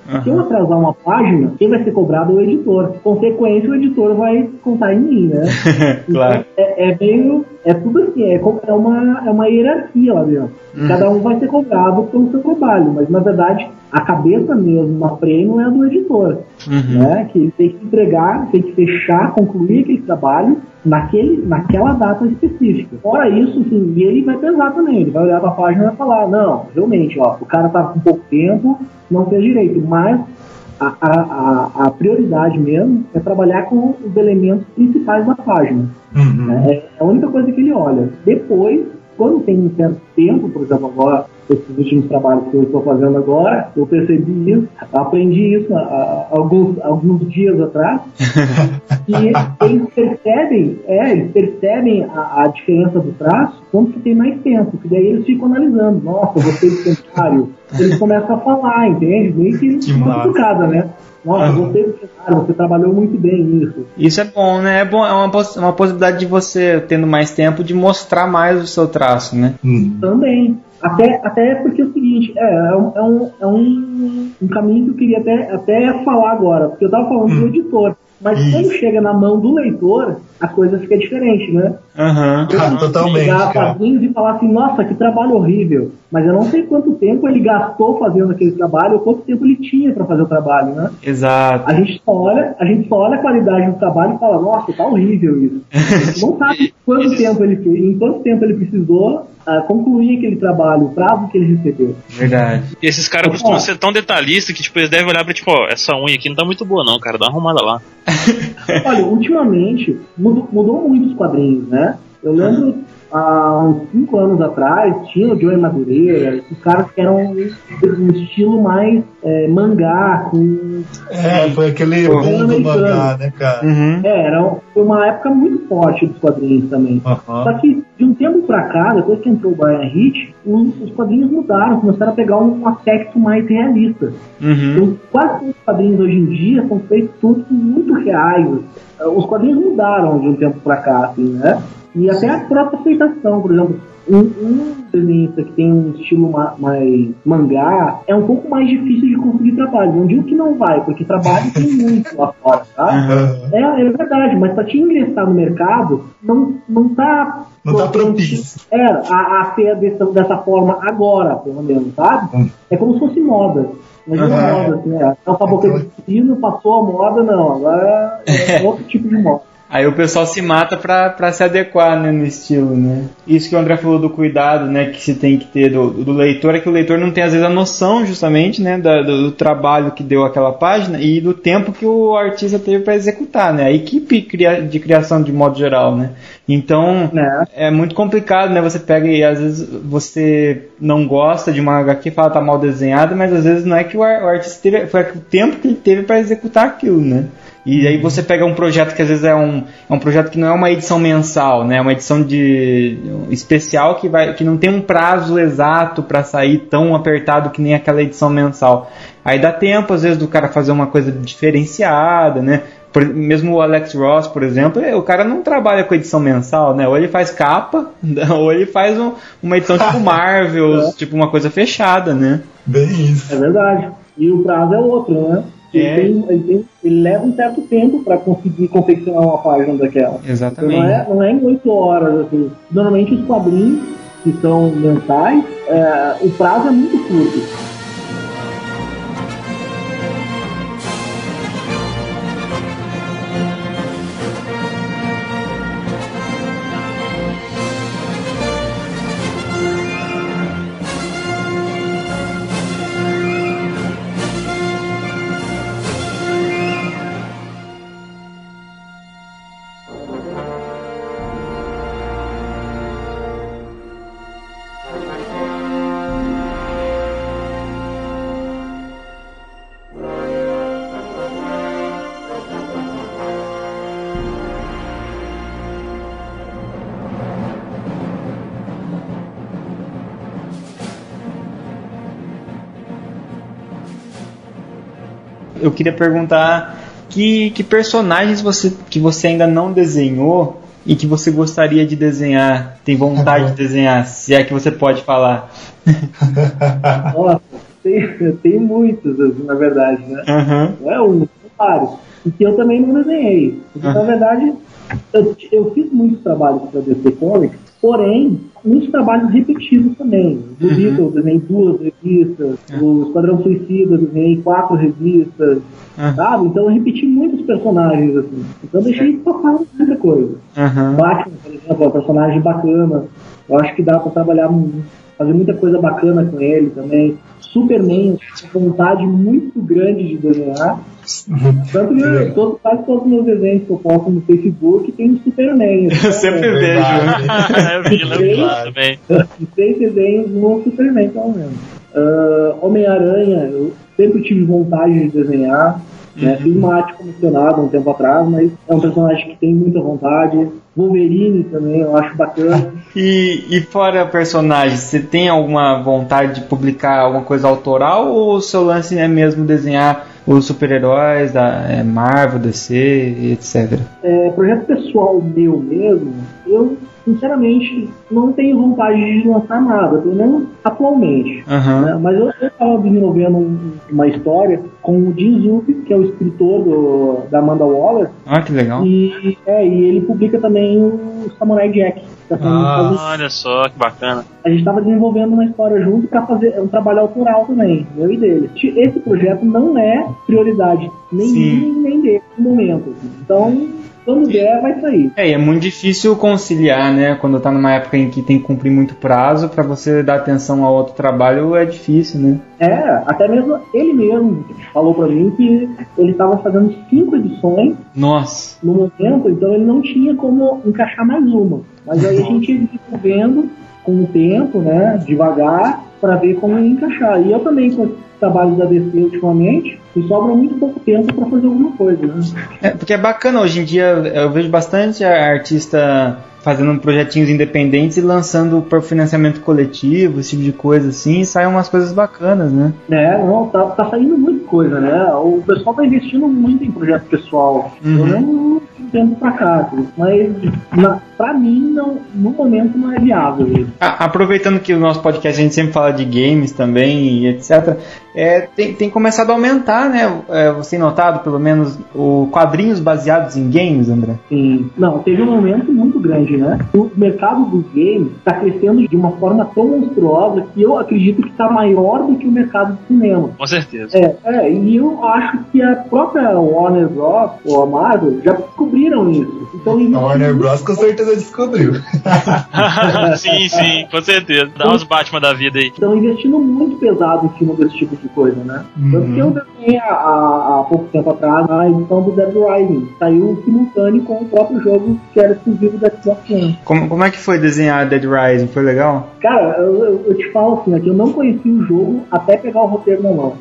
Uhum. Se eu atrasar uma página, quem vai ser cobrado é o editor. Consequência, o editor vai contar em mim, né? Claro. Então, é, é meio... É tudo assim, é, é, uma, é uma hierarquia lá dentro. Uhum. Cada um vai ser cobrado pelo seu trabalho, mas na verdade a cabeça mesmo na prêmio é a do editor, uhum. né? Que ele tem que entregar, tem que fechar, concluir aquele trabalho naquele, naquela data específica. Fora isso, assim, e ele vai pesar também, ele vai olhar para a página e vai falar, não, realmente, ó, o cara tá com pouco tempo, não fez direito, mas a, a, a, a prioridade mesmo é trabalhar com os elementos principais da página. Uhum. Né? É a única coisa que ele olha. Depois, quando tem um certo tempo, por exemplo, agora, esses últimos trabalhos que eu estou fazendo agora, eu percebi isso, aprendi isso há, há alguns, alguns dias atrás, e eles percebem, é, eles percebem a, a diferença do traço quando que tem mais tempo, que daí eles ficam analisando, nossa, você é cenário, eles começam a falar, entende? Meio que uma cutucada, né? Nossa, você, você trabalhou muito bem nisso. Isso é bom, né? É bom, é uma, poss- uma possibilidade de você, tendo mais tempo, de mostrar mais o seu traço, né? Hum. Também. Até, até porque é o seguinte, é, é, um, é, um, é um, um caminho que eu queria até, até falar agora, porque eu tava falando hum. do editor. Mas Isso. quando chega na mão do leitor, a coisa fica diferente, né? Aham, uhum. ah, totalmente. Chegar quadrinhos e falar assim, nossa, que trabalho horrível. Mas eu não sei quanto tempo ele gastou fazendo aquele trabalho, ou quanto tempo ele tinha para fazer o trabalho, né? Exato. A gente só olha, a gente só olha a qualidade do trabalho e fala, nossa, tá horrível isso. A gente não sabe quanto tempo ele fez, em quanto tempo ele precisou uh, concluir aquele trabalho, o prazo que ele recebeu. Verdade. E esses caras costumam ser tão detalhistas que tipo, eles devem olhar pra tipo, ó, essa unha aqui não tá muito boa não, cara, dá uma arrumada lá. Olha, ultimamente mudou, mudou muito os quadrinhos, né? Eu lembro há uns cinco anos atrás, tinha o Joey Madureira, os caras que eram um estilo mais é, mangá, com... É, foi aquele boom do mangá, né, cara? Uhum. É, era, foi uma época muito forte dos quadrinhos também. Uhum. Só que de um tempo pra cá, depois que entrou o Brian Hitch, os, os quadrinhos mudaram, começaram a pegar um aspecto mais realista. Uhum. Então, quase todos os quadrinhos hoje em dia são feitos todos muito reais. Os quadrinhos mudaram de um tempo pra cá, assim, né? E até a própria aceitação, por exemplo, um, um desenhista que tem um estilo ma- mais mangá é um pouco mais difícil de conseguir trabalho. Não digo que não vai, porque trabalho tem muito lá fora, tá? Uhum. É, é verdade, mas para te ingressar no mercado, não, não tá... Não tá propício. É, a, a ser dessa, dessa forma agora, pelo menos, sabe? Uhum. É como se fosse moda. Imagina uhum. moda, assim, né? É uma boca de sino, passou a moda, não. Agora é outro tipo de moda. Aí o pessoal se mata pra, pra se adequar, né, no estilo, né? Isso que o André falou do cuidado, né, que se tem que ter do, do leitor, é que o leitor não tem, às vezes, a noção, justamente, né, da, do, do trabalho que deu aquela página e do tempo que o artista teve pra executar, né? A equipe cria, de criação, de modo geral, né? Então, é. é muito complicado, né? Você pega e, às vezes, você não gosta de uma agá quê, fala que tá mal desenhada, mas, às vezes, não é que o, ar, o artista teve... Foi o tempo que ele teve pra executar aquilo, né? E aí você pega um projeto que às vezes é um, é um projeto que não é uma edição mensal, né? É uma edição de especial que, vai, que não tem um prazo exato para sair tão apertado que nem aquela edição mensal. Aí dá tempo, às vezes, do cara fazer uma coisa diferenciada, né? Por, mesmo o Alex Ross, por exemplo, o cara não trabalha com edição mensal, né? Ou ele faz capa, ou ele faz um, uma edição tipo Marvel, é. tipo uma coisa fechada, né? Bem isso. É verdade. E o prazo é outro, né? Ele, é. tem, ele, tem, ele leva um certo tempo para conseguir confeccionar uma página daquela. Exatamente. Então não é, não é em oito horas, assim. Normalmente os quadrinhos que são mensais, é, o prazo é muito curto. Eu queria perguntar que, que personagens você, que você ainda não desenhou e que você gostaria de desenhar, tem vontade de desenhar, se é que você pode falar. Nossa, tenho, tenho muitos, assim, na verdade, né? Uhum. Não é um, são vários. E que eu também não desenhei. Porque, uhum. na verdade, eu, eu fiz muitos trabalhos para D C Comics, porém, muitos trabalhos repetidos também. Do Beatles, eu desenhei duas revistas. Uhum. O Esquadrão Suicida, eu desenhei quatro revistas. Uhum. Sabe? Então eu repeti muitos personagens, assim. Então eu deixei de passar muita coisa. Uhum. Batman, por exemplo, é um personagem bacana. Eu acho que dá para trabalhar, fazer muita coisa bacana com ele também. Superman, com vontade muito grande de desenhar. Tanto que todo, quase todos os meus desenhos que eu posto no Facebook tem um Superman. Eu sempre vejo. Eu vi, lembro também. Três desenhos no Superman, pelo menos. Uh, Homem-Aranha, eu sempre tive vontade de desenhar. Né? Fiz uma arte comissionada um tempo atrás, mas é um personagem que tem muita vontade. Wolverine também, eu acho bacana. E, e fora personagem, você tem alguma vontade de publicar alguma coisa autoral ou o seu lance é mesmo desenhar os super-heróis da é, Marvel, D C, etcétera? É, projeto pessoal meu mesmo, eu sinceramente não tenho vontade de lançar nada, pelo menos atualmente. Uhum. Né? Mas eu estava desenvolvendo um, uma história com o Jim Zub, que é o escritor do, da Amanda Waller. Ah, que legal. E, é, e ele publica também o Samurai Jack. Tá ah, fazer... Olha só, que bacana. A gente estava desenvolvendo uma história junto para fazer um trabalho autoral também, meu e dele. Esse projeto não é prioridade, nem minha, nem dele no momento. Então, quando der, vai sair. É, e é muito difícil conciliar, né? Quando tá numa época em que tem que cumprir muito prazo, para você dar atenção a outro trabalho é difícil, né? É, até mesmo ele mesmo falou pra mim que ele estava fazendo cinco edições. Nossa. No momento, então ele não tinha como encaixar mais uma. Mas aí a gente ia desenvolvendo com o tempo, né, devagar, para ver como ia encaixar. E eu também, com os trabalhos da D C ultimamente, me sobra muito pouco tempo para fazer alguma coisa, né? É, porque é bacana, hoje em dia eu vejo bastante artista fazendo projetinhos independentes e lançando por financiamento coletivo, esse tipo de coisa assim, e saem umas coisas bacanas, né? É, não, tá, tá saindo muita coisa, né? O pessoal tá investindo muito em projeto pessoal. Uhum. Eu não tempo pra cá, mas na, pra mim, não, no momento, não é viável. Ah, aproveitando que o nosso podcast a gente sempre fala de games também e etcétera, é, tem, tem começado a aumentar, né? É, você tem notado, pelo menos, o quadrinhos baseados em games, André? Sim. Não, teve um aumento muito grande, né? O mercado dos games está crescendo de uma forma tão monstruosa que eu acredito que está maior do que o mercado do cinema. Com certeza. É, é, e eu acho que a própria Warner Bros. Ou a Marvel já descobriram isso. Então, a Warner Bros. Com certeza descobriu. Sim, sim, com certeza. Dá uns Batman da vida aí. Estão investindo muito pesado em cima desse tipo de coisa, né? Uhum. Tanto que eu desenhei há, há pouco tempo atrás a edição do Dead Rising. Saiu simultâneo com o próprio jogo que era exclusivo da Xbox One. Como, como é que foi desenhar Dead Rising? Foi legal? Cara, eu, eu, eu te falo assim, é que eu não conheci o jogo até pegar o roteiro na mão.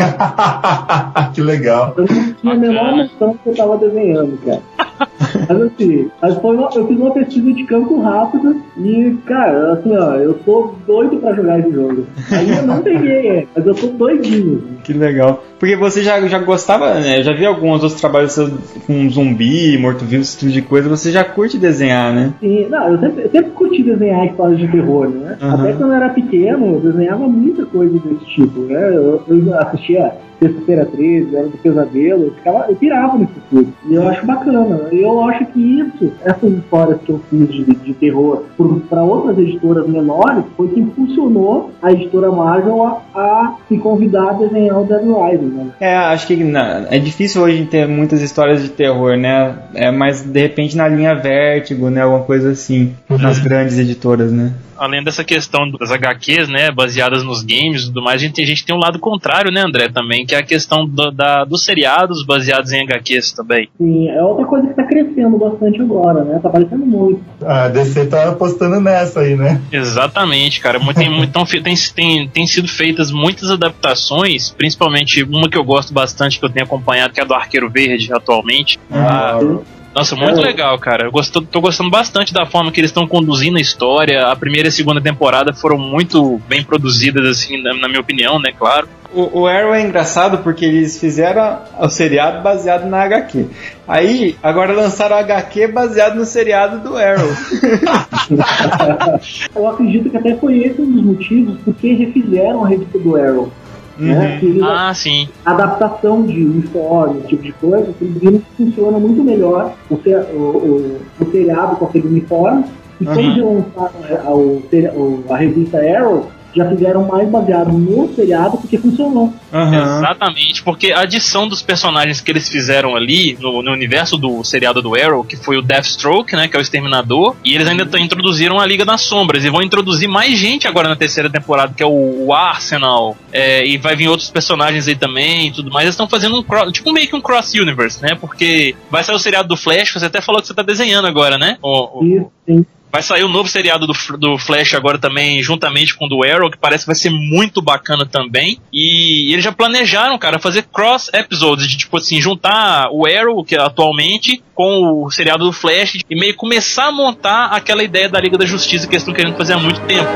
Que legal. Eu não tinha a menor noção do que eu tava desenhando, cara. Mas assim, mas foi uma, eu fiz uma pesquisa de campo rápida e, cara, assim, ó, eu tô doido pra jogar esse jogo. Ainda não peguei, é, mas eu tô doidinho. Que legal. Porque você já, já gostava, né? Eu já vi alguns outros trabalhos seus com zumbi, morto-vivo, esse tipo de coisa. Você já curte desenhar, né? Sim, não, eu sempre, eu sempre curti desenhar histórias de terror, né? Uhum. Até quando eu era pequeno, eu desenhava muita coisa desse tipo, né? Eu, eu assistia Sexta-feira treze, Era do Pesadelo, eu, ficava, eu pirava nisso tudo. E eu acho bacana. E eu acho que isso, essas histórias que eu fiz de, de terror para outras editoras menores, foi que impulsionou a editora Marvel a, a se convidar a desenhar o Dead Rising, né? É, acho que na, é difícil hoje ter muitas histórias de terror, né? É, mas de repente na linha Vértigo, né? Alguma coisa assim, uhum. Nas grandes editoras, né? Além dessa questão das H Qs, né, baseadas nos games e tudo mais, a gente, a gente tem um lado contrário, né, André, também, que é a questão do, da, dos seriados baseados em H Qs também. Sim, é outra coisa que tá crescendo bastante agora, né, tá aparecendo muito. A D C tá apostando nessa aí, né? Exatamente, cara, tem, então, tem, tem, tem sido feitas muitas adaptações, principalmente uma que eu gosto bastante, que eu tenho acompanhado, que é a do Arqueiro Verde, atualmente. Ah, Nossa, muito é. legal, cara. Eu gosto, tô gostando bastante da forma que eles estão conduzindo a história. A primeira e a segunda temporada foram muito bem produzidas, assim, na, na minha opinião, né, claro. O, o Arrow é engraçado porque eles fizeram o seriado baseado na H Q. Aí, agora lançaram a H Q baseado no seriado do Arrow. Eu acredito que até foi esse um dos motivos porque refizeram a revista do Arrow. né? Que Ah, sim. adaptação de uniforme, esse tipo de coisa, que eles viram que funciona muito melhor o, ser, o, o, o seriado com aquele uniforme. E quando eles lançaram a, o, a revista Arrow, já fizeram mais baseado no seriado porque funcionou. Uhum. Exatamente, porque a adição dos personagens que eles fizeram ali no, no universo do seriado do Arrow, que foi o Deathstroke, né, que é o Exterminador, e eles ainda t- introduziram a Liga das Sombras, e vão introduzir mais gente agora na terceira temporada, que é o, o Arsenal, é, e vai vir outros personagens aí também e tudo mais. Eles estão fazendo um cross, tipo meio que um cross-universe, né, porque vai sair o seriado do Flash, você até falou que você tá desenhando agora, né? O, o, Isso, sim. Vai sair o novo seriado do, do Flash agora também, juntamente com o do Arrow, que parece que vai ser muito bacana também. E eles já planejaram, cara, fazer cross-episodes, de tipo assim, juntar o Arrow, que é atualmente, com o seriado do Flash, e meio começar a montar aquela ideia da Liga da Justiça que eles estão querendo fazer há muito tempo.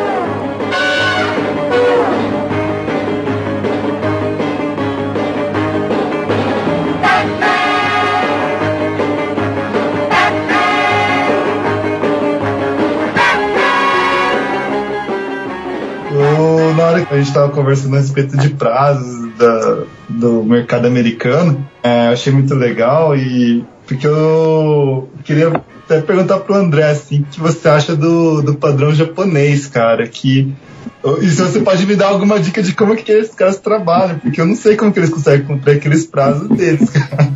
Eu, na hora que a gente estava conversando a respeito de prazos da, do mercado americano, é, eu achei muito legal, e porque eu queria até perguntar pro André assim, o que você acha do, do padrão japonês, cara, que e se você pode me dar alguma dica de como que esses caras trabalham, porque eu não sei como que eles conseguem cumprir aqueles prazos deles, cara.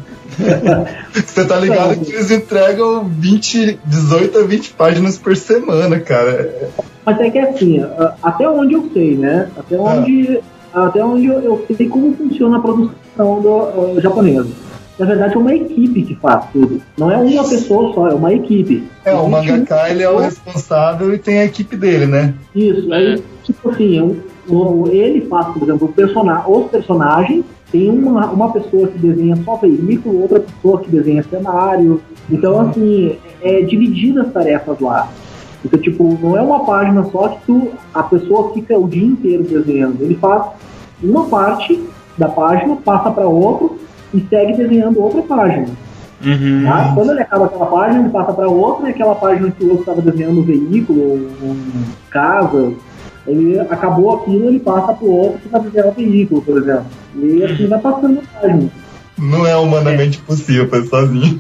Você tá ligado que eles entregam vinte, dezoito a vinte páginas por semana, cara. Mas é que assim, até onde eu sei, né? Até onde, ah. até onde eu, eu sei como funciona a produção do, uh, japonesa. Na verdade é uma equipe que faz tudo. Não é uma pessoa só, é uma equipe. É, o mangaka ele é o responsável e tem a equipe dele, né? Isso, aí tipo assim, um, um, ele faz, por exemplo, o persona- os personagens. Tem uma, uma pessoa que desenha só veículo, outra pessoa que desenha cenário. Então, assim, é, é dividida as tarefas lá. Então, tipo, não é uma página só que tu, a pessoa fica o dia inteiro desenhando. Ele faz uma parte da página, passa para outro e segue desenhando outra página. Uhum. Tá? Quando ele acaba aquela página, ele passa para outra, e aquela página que o outro estava desenhando um veículo, um, casa... Ele acabou aquilo, ele passa pro outro que vai desenhar o veículo, por exemplo. E assim vai passando a página. Não é humanamente é. possível fazer sozinho.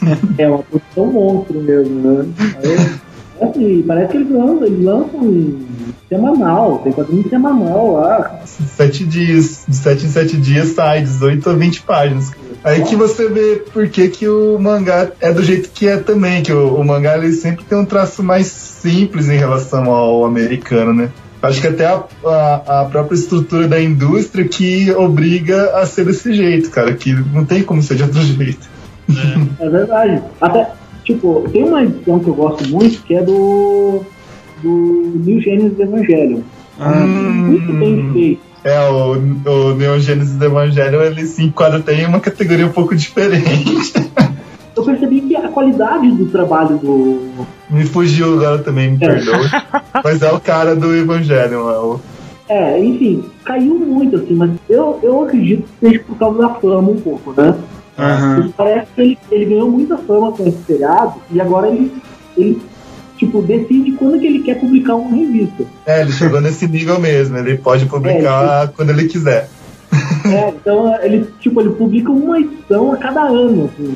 É uma produção monstro mesmo, né? Aí, assim, parece que eles lançam, eles lançam em semanal, tem quadrinho semanal lá. Sete dias, de sete em sete dias sai dezoito a vinte páginas. Aí que você vê por que, que o mangá é do jeito que é também, que o, o mangá ele sempre tem um traço mais simples em relação ao americano, né? Acho que até a, a, a própria estrutura da indústria que obriga a ser desse jeito, cara, que não tem como ser de outro jeito. É, é verdade. Até, tipo, tem uma edição que eu gosto muito, que é do do New Genesis Evangelion. Hum, muito bem feito. É, o, o Neon Genesis Evangelion, ele se enquadra até em uma categoria um pouco diferente. Eu percebi que a qualidade do trabalho do... Me fugiu agora também, me perdoe. Mas é o cara do Evangelion. É, o... é, enfim, caiu muito, assim, mas eu, eu acredito que seja por causa da fama um pouco, né? Uhum. Parece que ele, ele ganhou muita fama com esse seriado, e agora ele, ele tipo, decide quando que ele quer publicar uma revista. É, ele chegou nesse nível mesmo, ele pode publicar é, quando ele quiser. É, então ele, tipo, ele publica uma edição a cada ano, assim.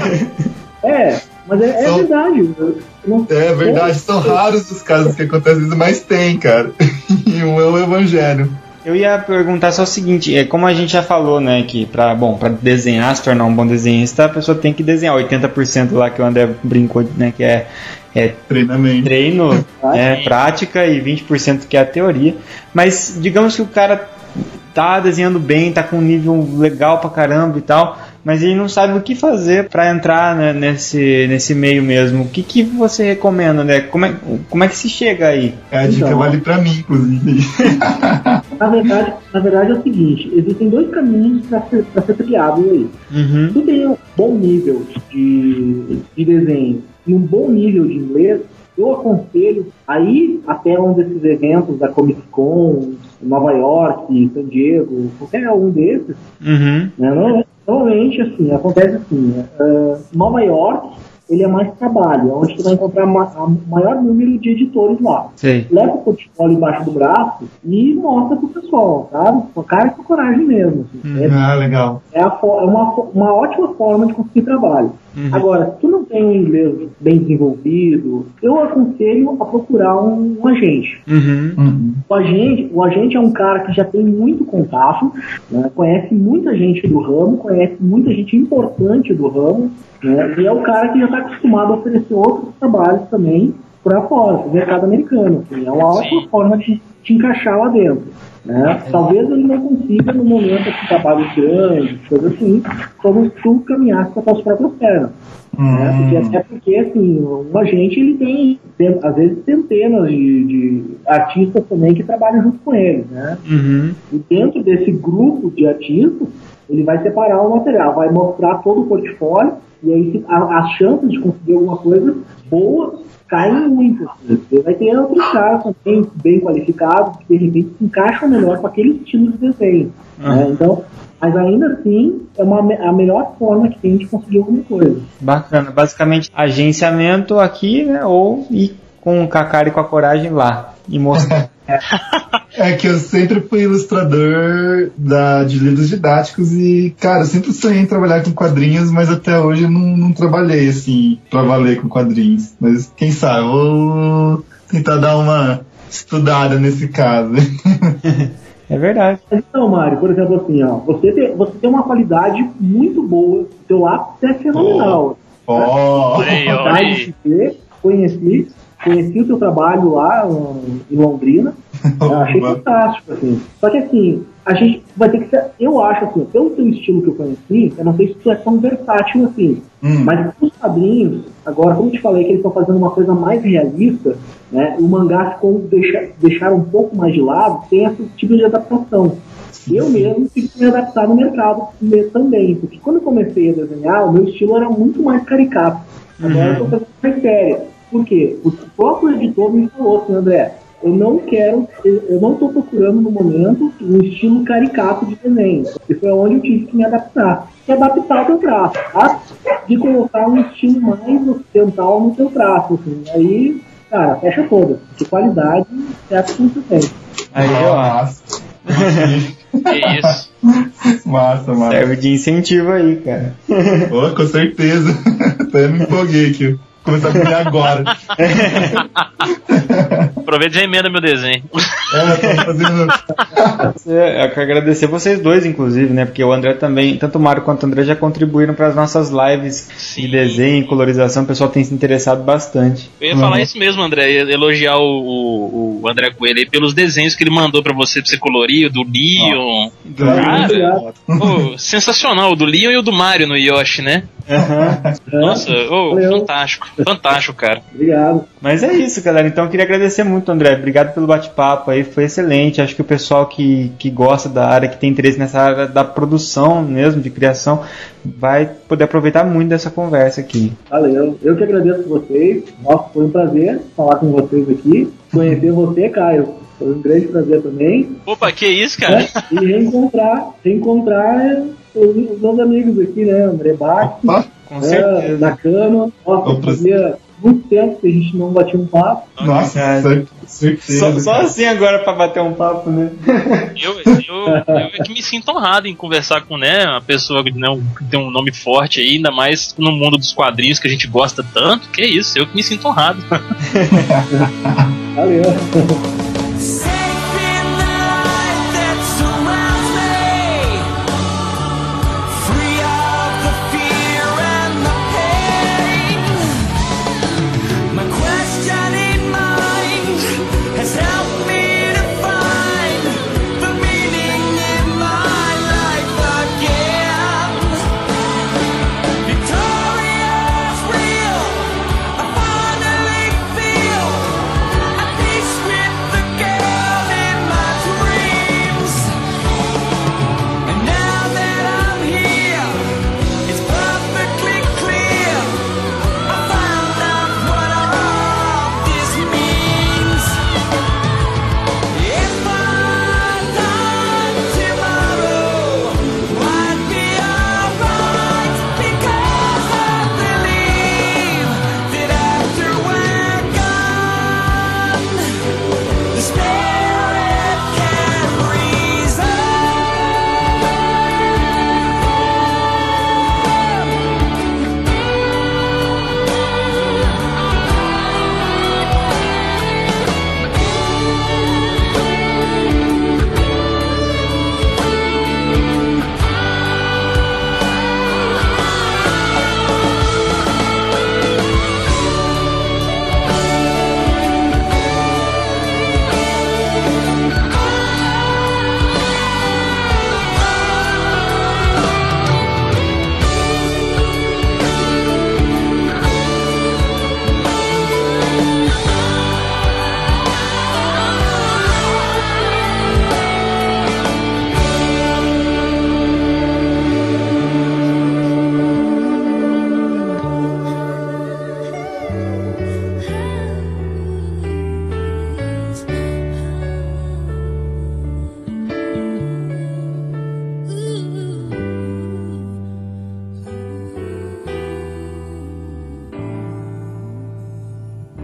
É, mas é, são, é verdade. Não, é verdade, é, são raros os casos que acontecem isso, mas tem, cara. E um é o Evangelho. Eu ia perguntar só o seguinte, é como a gente já falou, né, que pra, bom, pra desenhar, se tornar um bom desenhista, a pessoa tem que desenhar oitenta por cento lá que o André brincou, né, que é, é treinamento, treino, é, prática, e vinte por cento que é a teoria. Mas digamos que o cara tá desenhando bem, tá com um nível legal pra caramba e tal, mas ele não sabe o que fazer pra entrar, né, nesse, nesse meio mesmo. O que, que você recomenda, né? Como é, como é que se chega aí? É, a dica então, vale pra mim, inclusive. Na verdade, na verdade é o seguinte, existem dois caminhos pra ser, pra ser criado aí. Uhum. Tu tem um bom nível de, de desenho e um bom nível de inglês, eu aconselho a ir até um desses eventos da Comic Con, Nova York, San Diego, qualquer um desses. Uhum. Né? Normalmente, assim, acontece assim, uh, Nova York, ele é mais trabalho, onde você vai encontrar o maior número de editores lá. Sei. Leva o portfólio embaixo do braço e mostra pro pessoal, sabe? Com cara e com coragem mesmo. Assim. Hum. É, Ah, legal. é, a, é uma, uma ótima forma de conseguir trabalho. Uhum. Agora, se tu não tem um inglês bem desenvolvido, eu aconselho a procurar um, um agente. Uhum. Uhum. O agente, o agente é um cara que já tem muito contato, né, conhece muita gente do ramo, conhece muita gente importante do ramo, né, e é o cara que já está acostumado a oferecer outros trabalhos também para fora, pro mercado americano. Assim, é uma ótima forma de te encaixar lá dentro. Né? Talvez ele não consiga no momento de trabalho grande, coisa assim, como tu caminhasse com as tuas próprias pernas. Hum. Né? Porque, até porque, assim, um agente ele tem, tem às vezes, centenas de, de artistas também que trabalham junto com ele. Né? Uhum. E dentro desse grupo de artistas, ele vai separar o material, vai mostrar todo o portfólio, e aí a, as chances de conseguir alguma coisa boa caem muito. Assim. Você vai ter outros caras também bem qualificados, que de repente se encaixam melhor com aquele estilo de desenho. Uhum. Né? Então, mas ainda assim, é uma, a melhor forma que tem de conseguir alguma coisa. Bacana. Basicamente, agenciamento aqui, né? Ou ir com o Kaká e com a coragem lá e mostrar. É que eu sempre fui ilustrador da, de livros didáticos e, cara, eu sempre sonhei em trabalhar com quadrinhos, mas até hoje eu não, não trabalhei, assim, pra valer com quadrinhos. Mas quem sabe, eu vou tentar dar uma estudada nesse caso. É verdade. Então, Mário, por exemplo, assim, ó, você tem, você tem uma qualidade muito boa, seu lápis é fenomenal. Oh. Oh. Olha aí, olha Vontade aí. de ver, conheci, conheci o seu trabalho lá um, em Londrina, eu achei fantástico, assim. Só que assim, a gente vai ter que ser, eu acho assim, pelo seu estilo que eu conheci, eu não sei se tu é tão versátil assim, Hum. mas os quadrinhos, agora como eu te falei que eles estão fazendo uma coisa mais realista, né, o mangá ficou deixar, deixar um pouco mais de lado, tem esse tipo de adaptação. Eu mesmo tive que me adaptar no mercado também, porque quando eu comecei a desenhar, o meu estilo era muito mais caricato. Agora eu estou fazendo mais séria. Por quê? O próprio editor me falou assim, André, eu não quero, eu não estou procurando no momento um estilo caricato de desenho. E foi onde eu tive que me adaptar. E adaptar o teu traço, tá? De colocar um estilo mais ocidental no teu traço. Assim. Aí, cara, fecha toda. De qualidade, certo que você tem. Aí, ó. Massa. Que isso. Massa, massa. Serve de incentivo aí, cara. Oh, com certeza. Até me empolguei aqui. Começar a comer agora. Aproveita e já emenda meu desenho. É, tô fazendo. Eu quero agradecer vocês dois, inclusive, né? Porque o André também, tanto o Mário quanto o André já contribuíram para as nossas lives Sim. de desenho e colorização. O pessoal tem se interessado bastante. Eu ia falar isso mesmo, André. Ia elogiar o, o, o André Coelho aí pelos desenhos que ele mandou pra você, pra você colorir, o do Leon. Do Cara, pô, sensacional. O do Leon e o do Mario no Yoshi, né? Uhum. Nossa, oh, Valeu. fantástico. Fantástico, cara. Obrigado. Mas é isso, galera. Então eu queria agradecer muito, André. Obrigado pelo bate-papo aí. Foi excelente. Acho que o pessoal que, que gosta da área, que tem interesse nessa área da produção mesmo, de criação, vai poder aproveitar muito dessa conversa aqui. Valeu. Eu que agradeço vocês. Nossa, foi um prazer falar com vocês aqui. Conhecer você, Caio. Foi um grande prazer também. Opa, que isso, cara? Né? E reencontrar, reencontrar os, os meus amigos aqui, né? André Bach, Opa. Com é, certeza. Nakano. Nossa, Opa. fazia muito tempo que a gente não batia um papo. Nossa, Cara. cer- certeza. Só, só cara. assim agora pra bater um papo, né? Eu, eu, eu é que me sinto honrado em conversar com, né, uma pessoa que, né, que tem um nome forte aí, ainda mais no mundo dos quadrinhos que a gente gosta tanto. Que isso, eu que me sinto honrado. Valeu.